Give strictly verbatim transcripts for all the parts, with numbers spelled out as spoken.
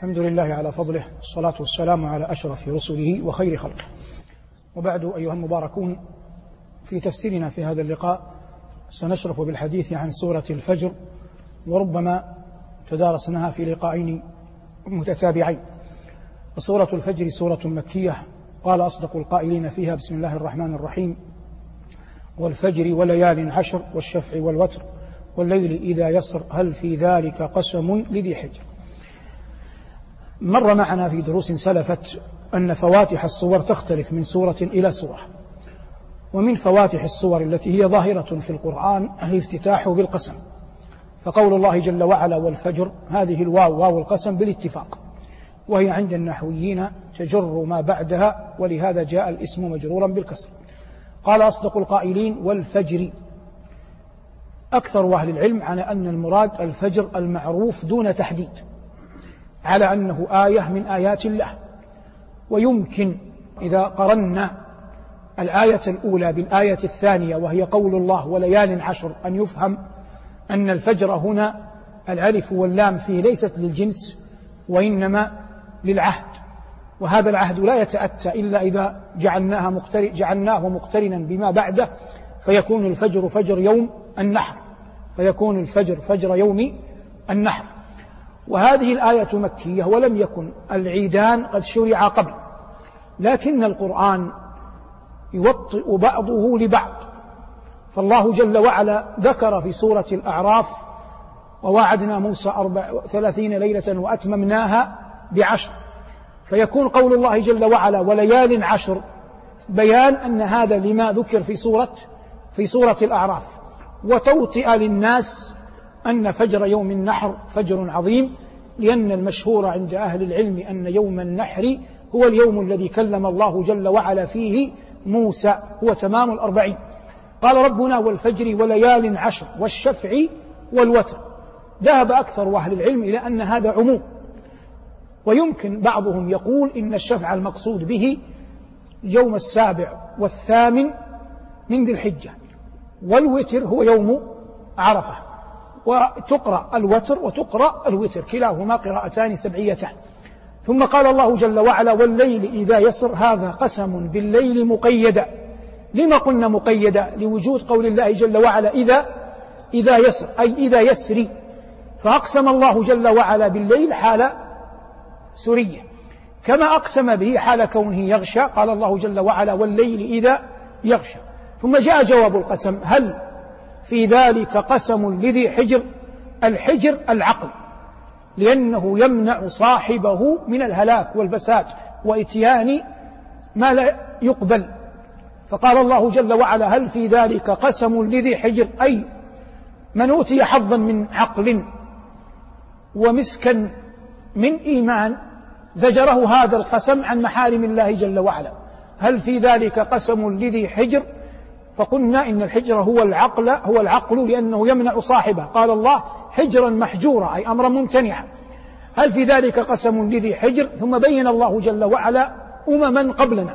الحمد لله على فضله، الصلاة والسلام على أشرف رسله وخير خلقه، وبعد. أيها المباركون، في تفسيرنا في هذا اللقاء سنشرف بالحديث عن سورة الفجر، وربما تدارسناها في لقاءين متتابعين. وسورة الفجر سورة مكية، قال أصدق القائلين فيها: بسم الله الرحمن الرحيم، والفجر وليال عشر والشفع والوتر والليل إذا يسر هل في ذلك قسم لذي حجر. مر معنا في دروس سلفت أن فواتح الصور تختلف من سورة إلى سورة، ومن فواتح الصور التي هي ظاهرة في القرآن الافتتاح بالقسم، فقول الله جل وعلا: والفجر، هذه الواو واو القسم بالاتفاق، وهي عند النحويين تجر ما بعدها، ولهذا جاء الاسم مجرورا بالكسر. قال أصدق القائلين: والفجر. أكثر أهل العلم على أن المراد الفجر المعروف دون تحديد، على أنه آية من آيات الله. ويمكن إذا قرنا الآية الأولى بالآية الثانية وهي قول الله: وليال عشر، أن يفهم أن الفجر هنا الألف واللام فيه ليست للجنس وإنما للعهد، وهذا العهد لا يتأتى إلا إذا جعلناها مقترن جعلناه مقترنا بما بعده، فيكون الفجر فجر يوم النحر، فيكون الفجر فجر يوم النحر. وهذه الآية مكية، ولم يكن العيدان قد شرع قبل، لكن القرآن يوطئ بعضه لبعض. فالله جل وعلا ذكر في سورة الأعراف: وواعدنا موسى أربع ثلاثين ليلة وأتممناها بعشر، فيكون قول الله جل وعلا: وليال عشر، بيان أن هذا لما ذكر في سورة في سورة الأعراف، وتوطئ للناس أن فجر يوم النحر فجر عظيم، لأن المشهور عند أهل العلم أن يوم النحر هو اليوم الذي كلم الله جل وعلا فيه موسى، هو تمام الأربعين. قال ربنا: والفجر وليال عشر والشفع والوتر. ذهب أكثر أهل العلم إلى أن هذا عموم، ويمكن بعضهم يقول إن الشفع المقصود به يوم السابع والثامن من ذي الحجة، والوتر هو يوم عرفة، وتقرأ الوتر وتقرأ الوتر، كلاهما قراءتان سبعيتان. ثم قال الله جل وعلا: والليل إذا يسر، هذا قسم بالليل مقيدا. لما قلنا مقيدا؟ لوجود قول الله جل وعلا: إذا إذا يسر، أي إذا يسري، فأقسم الله جل وعلا بالليل حال سرية، كما أقسم به حال كونه يغشى. قال الله جل وعلا: والليل إذا يغشى. ثم جاء جواب القسم: هل في ذلك قسم لذي حجر. الحجر العقل، لأنه يمنع صاحبه من الهلاك والفساد وإتيان ما لا يقبل. فقال الله جل وعلا: هل في ذلك قسم لذي حجر، أي من أوتي حظا من عقل ومسكا من إيمان، زجره هذا القسم عن محارم الله جل وعلا. هل في ذلك قسم لذي حجر، فقلنا إن الحجر هو العقل هو العقل لأنه يمنع صاحبه. قال الله: حجرا محجورا، أي أمرا ممتنعا. هل في ذلك قسم لذي حجر. ثم بين الله جل وعلا أمما قبلنا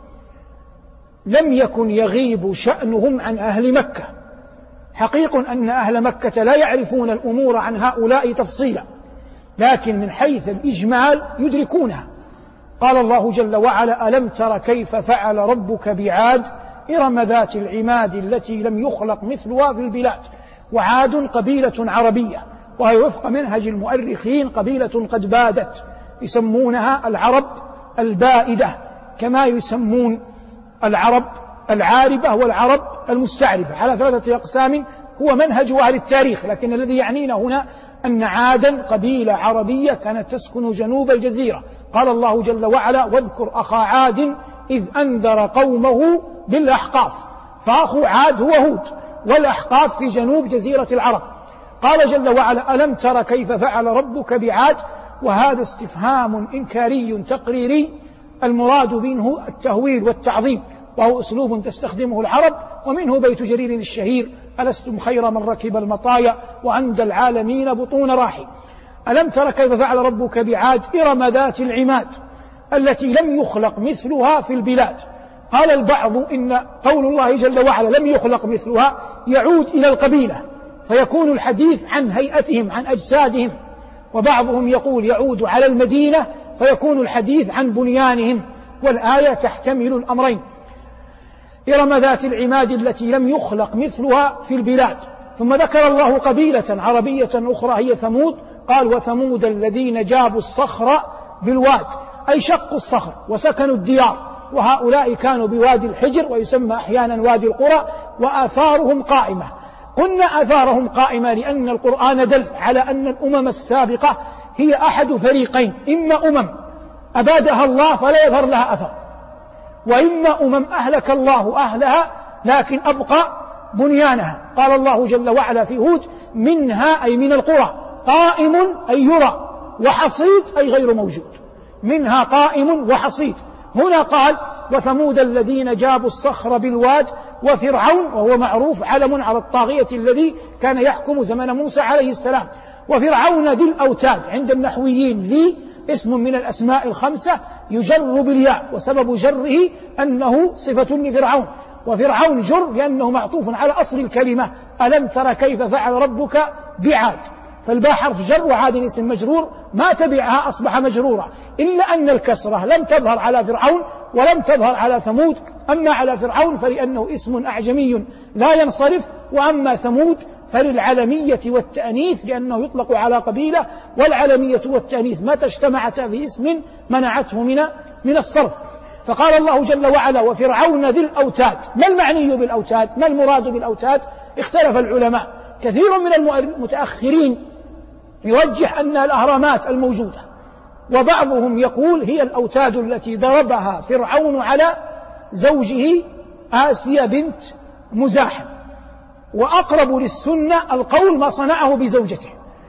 لم يكن يغيب شأنهم عن أهل مكة. حقيق أن أهل مكة لا يعرفون الأمور عن هؤلاء تفصيلا، لكن من حيث الإجمال يدركونها. قال الله جل وعلا: ألم تر كيف فعل ربك بعاد إرم ذات العماد التي لم يخلق مثلها في البلاد. وعاد قبيلة عربية، وهي وفق منهج المؤرخين قبيلة قد بادت، يسمونها العرب البائدة، كما يسمون العرب العاربة والعرب المستعربة، على ثلاثة أقسام هو منهج أهل التاريخ. لكن الذي يعنينا هنا أن عادا قبيلة عربية كانت تسكن جنوب الجزيرة. قال الله جل وعلا: واذكر أخا عاد إذ أنذر قومه بالأحقاف. فأخو عاد هو هود، والأحقاف في جنوب جزيرة العرب. قال جل وعلا: ألم تر كيف فعل ربك بعاد. وهذا استفهام إنكاري تقريري، المراد منه التهويل والتعظيم، وهو أسلوب تستخدمه العرب، ومنه بيت جرير الشهير: ألستم خير من ركب المطايا وعند العالمين بطون راحي. ألم تر كيف فعل ربك بعاد إرم ذات العماد التي لم يخلق مثلها في البلاد. قال البعض إن قول الله جل وعلا لم يخلق مثلها يعود إلى القبيلة، فيكون الحديث عن هيئتهم عن أجسادهم، وبعضهم يقول يعود على المدينة فيكون الحديث عن بنيانهم، والآية تحتمل الأمرين. إرم ذات العماد التي لم يخلق مثلها في البلاد. ثم ذكر الله قبيلة عربية أخرى هي ثمود، قال وثمود الذين جابوا الصخر بالواد، أي شقوا الصخر وسكنوا الديار، وهؤلاء كانوا بوادي الحجر ويسمى أحيانا وادي القرى، وآثارهم قائمة. قلنا آثارهم قائمة لأن القرآن دل على أن الأمم السابقة هي أحد فريقين، إما أمم أبادها الله فلا يظهر لها أثر، وإما أمم أهلك الله أهلها لكن أبقى بنيانها. قال الله جل وعلا في هود منها أي من القرى قائم أي يرى، وحصيد أي غير موجود، منها قائم وحصيد. هنا قال وثمود الذين جابوا الصخر بالواد، وفرعون وهو معروف علم على الطاغية الذي كان يحكم زمن موسى عليه السلام. وفرعون ذي الأوتاد عند النحويين ذي اسم من الأسماء الخمسة يجر بالياء، وسبب جره أنه صفة لفرعون، وفرعون جر لأنه معطوف على أصل الكلمة ألم تر كيف فعل ربك بعاد، فالباء حرف جر وعاد اسم مجرور ما تبعها أصبح مجرورا، إلا أن الكسرة لم تظهر على فرعون ولم تظهر على ثمود. أما على فرعون فلأنه اسم أعجمي لا ينصرف، وأما ثمود فللعلمية والتأنيث لأنه يطلق على قبيلة، والعلمية والتأنيث متى اجتمعتا في اسم منعته من من الصرف. فقال الله جل وعلا وفرعون ذي الأوتاد. ما المعني بالأوتاد؟ ما المراد بالأوتاد؟ اختلف العلماء، كثير من المتأخرين يرجح أن الأهرامات الموجودة، وبعضهم يقول هي الأوتاد التي ضربها فرعون على زوجه آسيا بنت مزاحم، وأقرب للسنة القول ما صنعه بزوجته.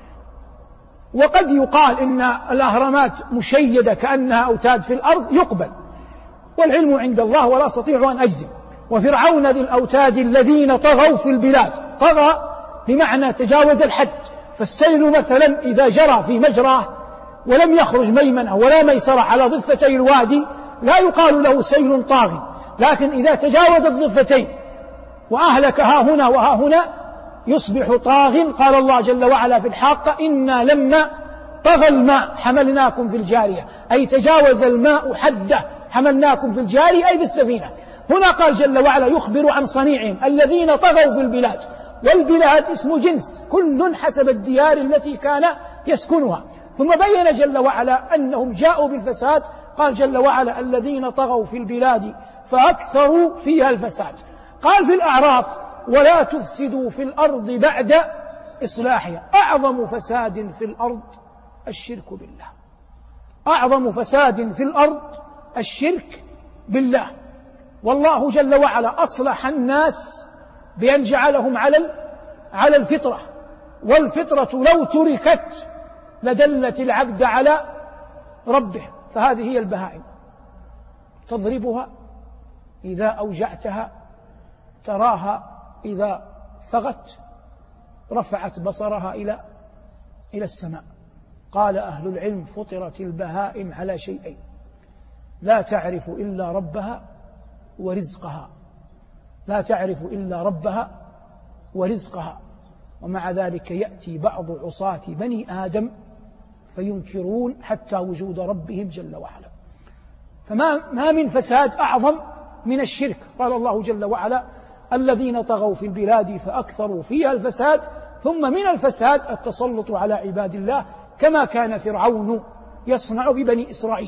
وقد يقال إن الأهرامات مشيدة كأنها أوتاد في الأرض، يقبل، والعلم عند الله ولا أستطيع أن أجزم. وفرعون ذي الأوتاد الذين طغوا في البلاد، طغى بمعنى تجاوز الحد، فالسيل مثلا إذا جرى في مجراه ولم يخرج ميمنة ولا ميسرة على ضفتي الوادي لا يقال له سيل طاغي، لكن إذا تجاوز الضفتين وأهلكها هنا وها هنا يصبح طاغ. قال الله جل وعلا في الحاقة إنا لما طغى الماء حملناكم في الجارية، أي تجاوز الماء حده حملناكم في الجارية أي في السفينة. هنا قال جل وعلا يخبر عن صنيعهم الذين طغوا في البلاد، والبلاد اسم جنس كل حسب الديار التي كان يسكنها. ثم بين جل وعلا أنهم جاءوا بالفساد، قال جل وعلا الذين طغوا في البلاد فأكثروا فيها الفساد. قال في الأعراف ولا تفسدوا في الأرض بعد إصلاحها. أعظم فساد في الأرض الشرك بالله، أعظم فساد في الأرض الشرك بالله. والله جل وعلا أصلح الناس بأن جعلهم على على الفطرة، والفطرة لو تركت لدلت العبد على ربه. فهذه هي البهائم، تضربها إذا أوجعتها، تراها إذا ثغت رفعت بصرها إلى إلى السماء. قال أهل العلم فطرت البهائم على شيئين، لا تعرف إلا ربها ورزقها، لا تعرف إلا ربها ورزقها. ومع ذلك يأتي بعض عصاة بني آدم فينكرون حتى وجود ربهم جل وعلا. فما ما من فساد أعظم من الشرك. قال الله جل وعلا الذين طغوا في البلاد فأكثروا فيها الفساد. ثم من الفساد التسلط على عباد الله كما كان فرعون يصنع ببني إسرائيل.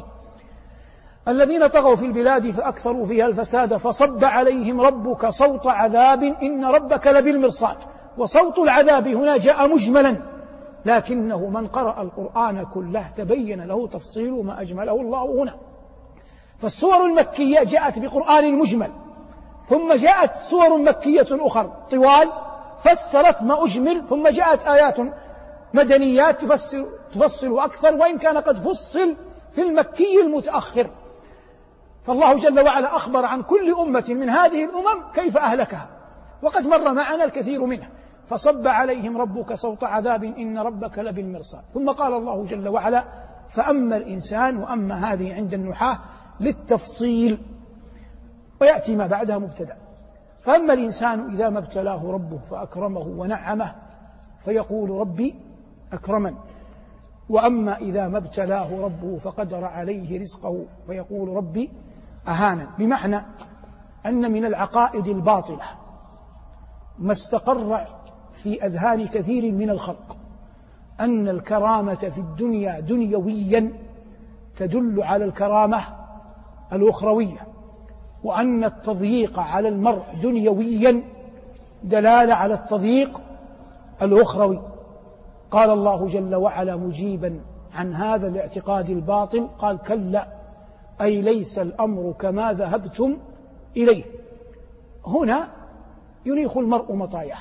الذين طغوا في البلاد فأكثروا فيها الفساد فصب عليهم ربك صوت عذاب إن ربك لبالمرصاد. وصوت العذاب هنا جاء مجملا، لكنه من قرأ القرآن كله تبين له تفصيل ما أجمله الله هنا. فالسور المكية جاءت بقرآن مجمل، ثم جاءت سور مكية أخرى طوال فسرت ما أجمل، ثم جاءت آيات مدنيات تفصل, تفصل أكثر، وإن كان قد فصل في المكي المتأخر. فالله جل وعلا أخبر عن كل أمة من هذه الأمم كيف أهلكها، وقد مر معنا الكثير منها. فصب عليهم ربك صوت عذاب إن ربك لبالمرصاد. ثم قال الله جل وعلا فأما الإنسان، وأما هذه عند النحاة للتفصيل، ويأتي ما بعدها مبتدأ. فأما الإنسان إذا ما ابتلاه ربه فأكرمه ونعمه فيقول ربي أكرمن. وأما إذا ما ابتلاه ربه فقدر عليه رزقه فيقول ربي أهانا، بمعنى أن من العقائد الباطلة ما استقر في أذهان كثير من الخلق أن الكرامة في الدنيا دنيويا تدل على الكرامة الأخروية، وأن التضييق على المرء دنيويا دلالة على التضييق الأخروي. قال الله جل وعلا مجيبا عن هذا الاعتقاد الباطل، قال كلا أي ليس الأمر كما ذهبتم إليه. هنا يريخ المرء مطاياه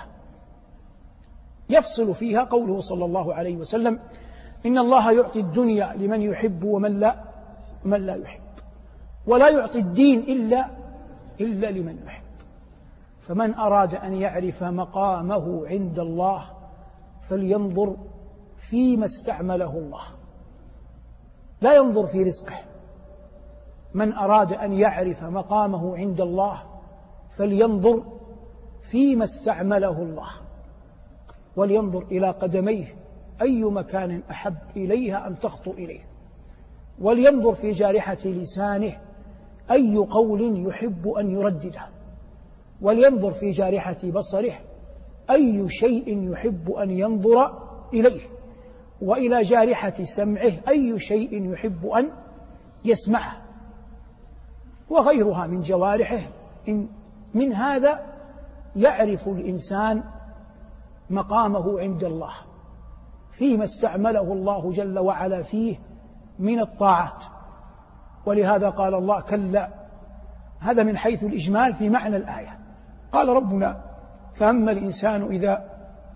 يفصل فيها قوله صلى الله عليه وسلم إن الله يعطي الدنيا لمن يحب ومن لا من لا يحب، ولا يعطي الدين إلا إلا لمن يحب. فمن أراد أن يعرف مقامه عند الله فلينظر فيما استعمله الله، لا ينظر في رزقه. من أراد أن يعرف مقامه عند الله فلينظر فيما استعمله الله، ولينظر إلى قدميه أي مكان أحب إليها أن تخطو إليه، ولينظر في جارحة لسانه أي قول يحب أن يردده، ولينظر في جارحة بصره أي شيء يحب أن ينظر إليه، وإلى جارحة سمعه أي شيء يحب أن يسمعه، وغيرها من جوارحه. إن من هذا يعرف الإنسان مقامه عند الله فيما استعمله الله جل وعلا فيه من الطاعات. ولهذا قال الله كلا، هذا من حيث الإجمال في معنى الآية. قال ربنا فأما الإنسان إذا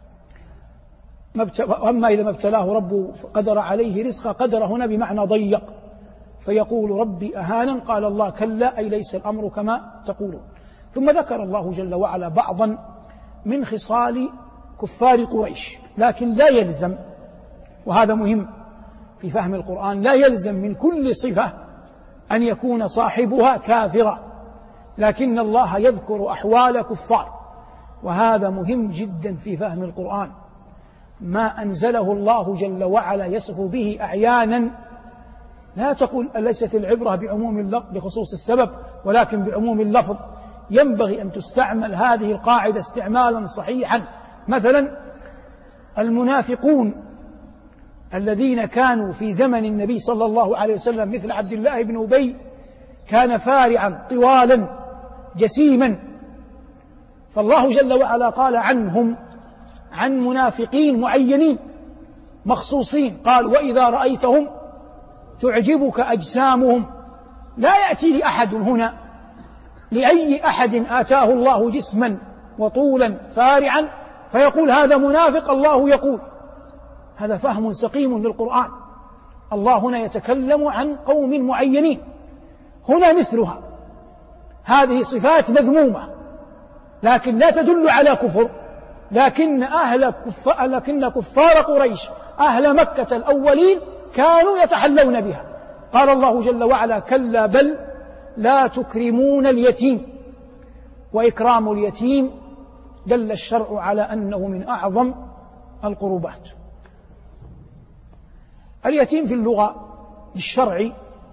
وأما إذا ما ابتلاه ربه قدر عليه رزقه، قدر هنا بمعنى ضيق، فيقول ربي أهانا. قال الله كلا أي ليس الأمر كما تقولون. ثم ذكر الله جل وعلا بعضا من خصال كفار قريش، لكن لا يلزم، وهذا مهم في فهم القرآن، لا يلزم من كل صفة أن يكون صاحبها كافرا، لكن الله يذكر أحوال كفار، وهذا مهم جدا في فهم القرآن. ما أنزله الله جل وعلا يصف به أعيانا لا تقول أليست العبرة بعموم اللفظ بخصوص السبب، ولكن بعموم اللفظ. ينبغي أن تستعمل هذه القاعدة استعمالا صحيحا. مثلا المنافقون الذين كانوا في زمن النبي صلى الله عليه وسلم مثل عبد الله بن أبي، كان فارعا طوالا جسيما، فالله جل وعلا قال عنهم عن منافقين معينين مخصوصين، قال وإذا رأيتهم تعجبك أجسامهم. لا يأتي لأحد هنا لأي أحد آتاه الله جسما وطولا فارعا فيقول هذا منافق. الله يقول هذا فهم سقيم للقرآن. الله هنا يتكلم عن قوم معينين، هنا مثلها، هذه صفات مذمومة لكن لا تدل على كفر، لكن أهل كفار لكن كفار قريش أهل مكة الأولين كانوا يتحلون بها. قال الله جل وعلا كلا بل لا تكرمون اليتيم، وإكرام اليتيم دل الشرع على أنه من أعظم القربات. اليتيم في اللغة في الشرع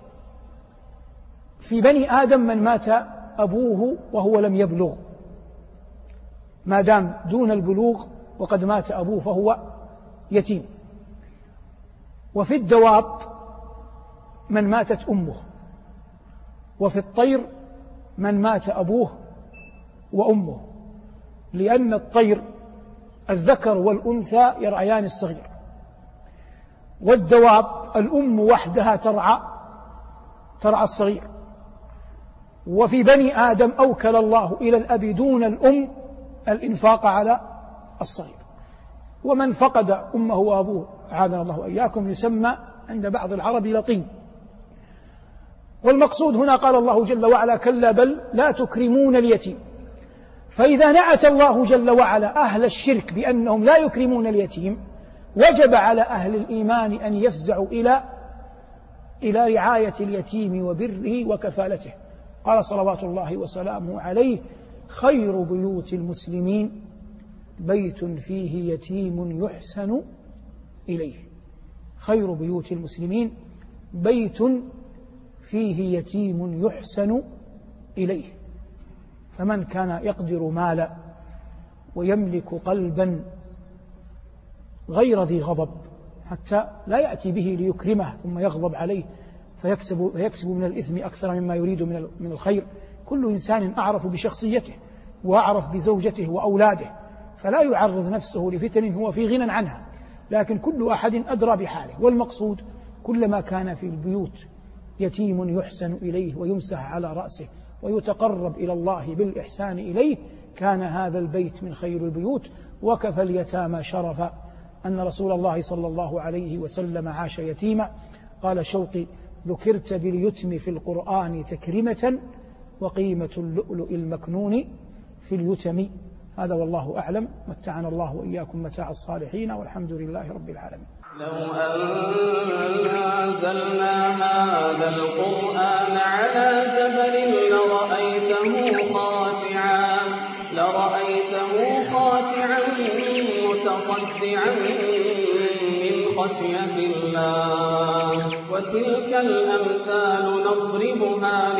في بني آدم من مات أبوه وهو لم يبلغ، ما دام دون البلوغ وقد مات أبوه فهو يتيم. وفي الدواب من ماتت أمه، وفي الطير من مات أبوه وأمه، لأن الطير الذكر والأنثى يرعيان الصغير، والدواب الأم وحدها ترعى ترعى الصغير. وفي بني آدم أوكل الله إلى الأب دون الأم الإنفاق على الصغير. ومن فقد أمه وأبوه أعاذنا الله وإياكم يسمى عند بعض العرب لطيم. والمقصود هنا قال الله جل وعلا كلا بل لا تكرمون اليتيم. فإذا نعت الله جل وعلا أهل الشرك بأنهم لا يكرمون اليتيم، وجب على أهل الإيمان أن يفزعوا إلى إلى رعاية اليتيم وبره وكفالته. قال صلوات الله وسلامه عليه خير بيوت المسلمين بيت فيه يتيم يحسن إليه. خير بيوت المسلمين بيت فيه يتيم يحسن إليه. فمن كان يقدر مالا ويملك قلبا غير ذي غضب حتى لا يأتي به ليكرمه ثم يغضب عليه فيكسب, فيكسب من الإثم أكثر مما يريد من الخير. كل إنسان أعرف بشخصيته وأعرف بزوجته وأولاده، فلا يعرض نفسه لفتن هو في غنى عنها، لكن كل أحد أدرى بحاله. والمقصود كلما كان في البيوت يتيم يحسن إليه ويمسح على رأسه ويتقرب إلى الله بالإحسان إليه كان هذا البيت من خير البيوت. وكفى اليتامى شرفا أن رسول الله صلى الله عليه وسلم عاش يتيما. قال شوقي: ذكرت باليتم في القرآن تكرمة وقيمة اللؤلؤ المكنون في اليتم. هذا والله أعلم. متعنا الله وإياكم متاع الصالحين والحمد لله رب العالمين. لو أنزلنا هذا القرآن على جبل لرأيته خاشعا لرأيته خاشعا متصدعا من خشية الله. وتلك الأمثال نضربها